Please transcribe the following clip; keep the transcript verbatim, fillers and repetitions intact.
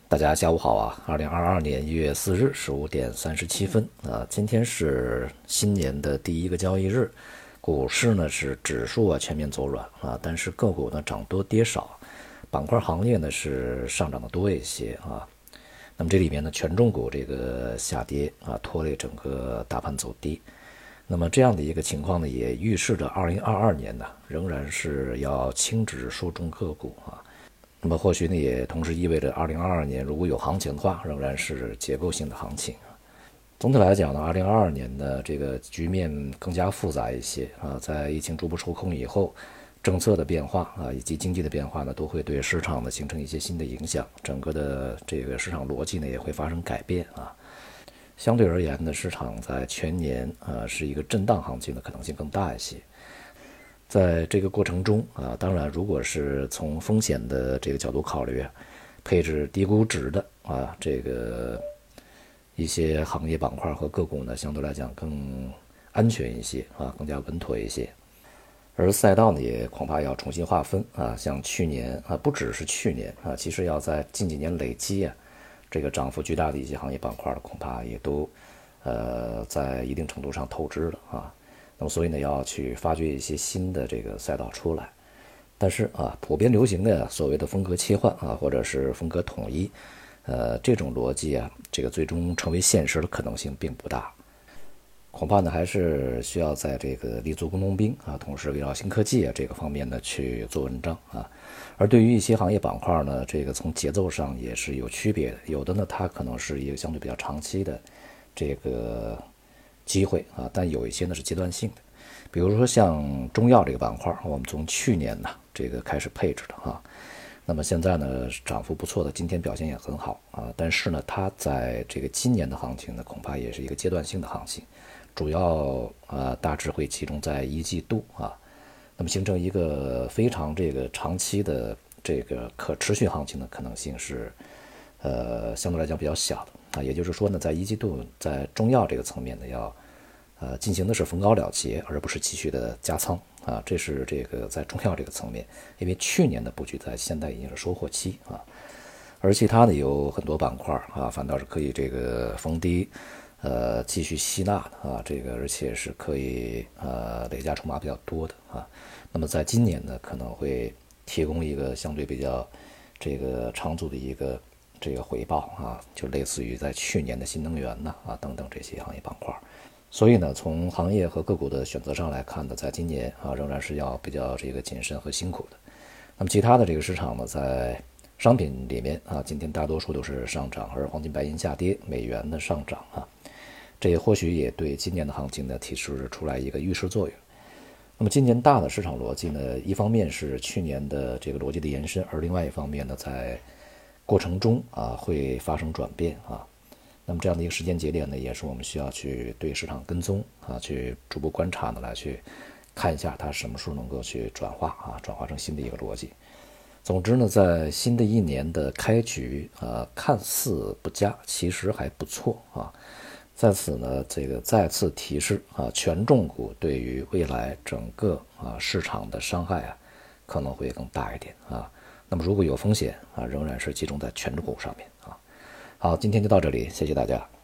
大家下午好啊！二零二二年一月四日十五点三十七分啊，今天是新年的第一个交易日，股市呢是指数啊全面走软啊，但是个股呢涨多跌少，板块行业呢是上涨的多一些啊。那么这里面呢权重股这个下跌啊，拖累整个大盘走低。那么这样的一个情况呢，也预示着二零二二年呢仍然是要轻指数重个股啊。那么或许呢，也同时意味着二零二二年如果有行情的话，仍然是结构性的行情。总体来讲呢，二零二二年的这个局面更加复杂一些啊，在疫情逐步受控以后，政策的变化啊以及经济的变化呢，都会对市场呢形成一些新的影响，整个的这个市场逻辑呢也会发生改变啊。相对而言呢，市场在全年啊是一个震荡行情的可能性更大一些。在这个过程中啊，当然，如果是从风险的这个角度考虑，配置低估值的啊，这个一些行业板块和个股呢，相对来讲更安全一些啊，更加稳妥一些。而赛道呢，也恐怕要重新划分啊，像去年啊，不只是去年啊，其实要在近几年累积啊，这个涨幅巨大的一些行业板块，恐怕也都呃在一定程度上透支了啊。那么所以呢，要去发掘一些新的这个赛道出来，但是啊，普遍流行的所谓的风格切换啊，或者是风格统一，呃，这种逻辑啊，这个最终成为现实的可能性并不大，恐怕呢还是需要在这个立足工农兵啊，同时围绕新科技啊这个方面呢去做文章啊。而对于一些行业板块呢，这个从节奏上也是有区别的，有的呢它可能是一个相对比较长期的这个机会啊，但有一些呢是阶段性的，比如说像中药这个板块，我们从去年呢这个开始配置的啊，那么现在呢涨幅不错的，今天表现也很好啊，但是呢它在这个今年的行情呢，恐怕也是一个阶段性的行情，主要啊大致会集中在一季度啊，那么形成一个非常这个长期的这个可持续行情的可能性是呃相对来讲比较小的。啊，也就是说呢，在一季度在中药这个层面呢，要呃进行的是逢高了结，而不是继续的加仓啊。这是这个在中药这个层面，因为去年的布局在现在已经是收获期啊，而其他的有很多板块啊，反倒是可以这个逢低呃继续吸纳的啊，这个而且是可以呃累加筹码比较多的啊。那么在今年呢，可能会提供一个相对比较这个长足的一个这个回报啊，就类似于在去年的新能源呢啊等等这些行业板块。所以呢，从行业和个股的选择上来看呢，在今年啊仍然是要比较这个谨慎和辛苦的。那么其他的这个市场呢，在商品里面啊，今天大多数都是上涨，而黄金白银下跌，美元的上涨啊，这或许也对今年的行情呢提示出来一个预示作用。那么今年大的市场逻辑呢，一方面是去年的这个逻辑的延伸，而另外一方面呢，在过程中啊会发生转变啊，那么这样的一个时间节点呢，也是我们需要去对市场跟踪啊，去逐步观察呢，来去看一下它什么时候能够去转化啊，转化成新的一个逻辑。总之呢，在新的一年的开局啊，看似不佳，其实还不错啊。在此呢，这个再次提示啊，权重股对于未来整个啊市场的伤害啊，可能会更大一点啊。那么如果有风险啊，仍然是集中在权重股上面啊。好，今天就到这里，谢谢大家。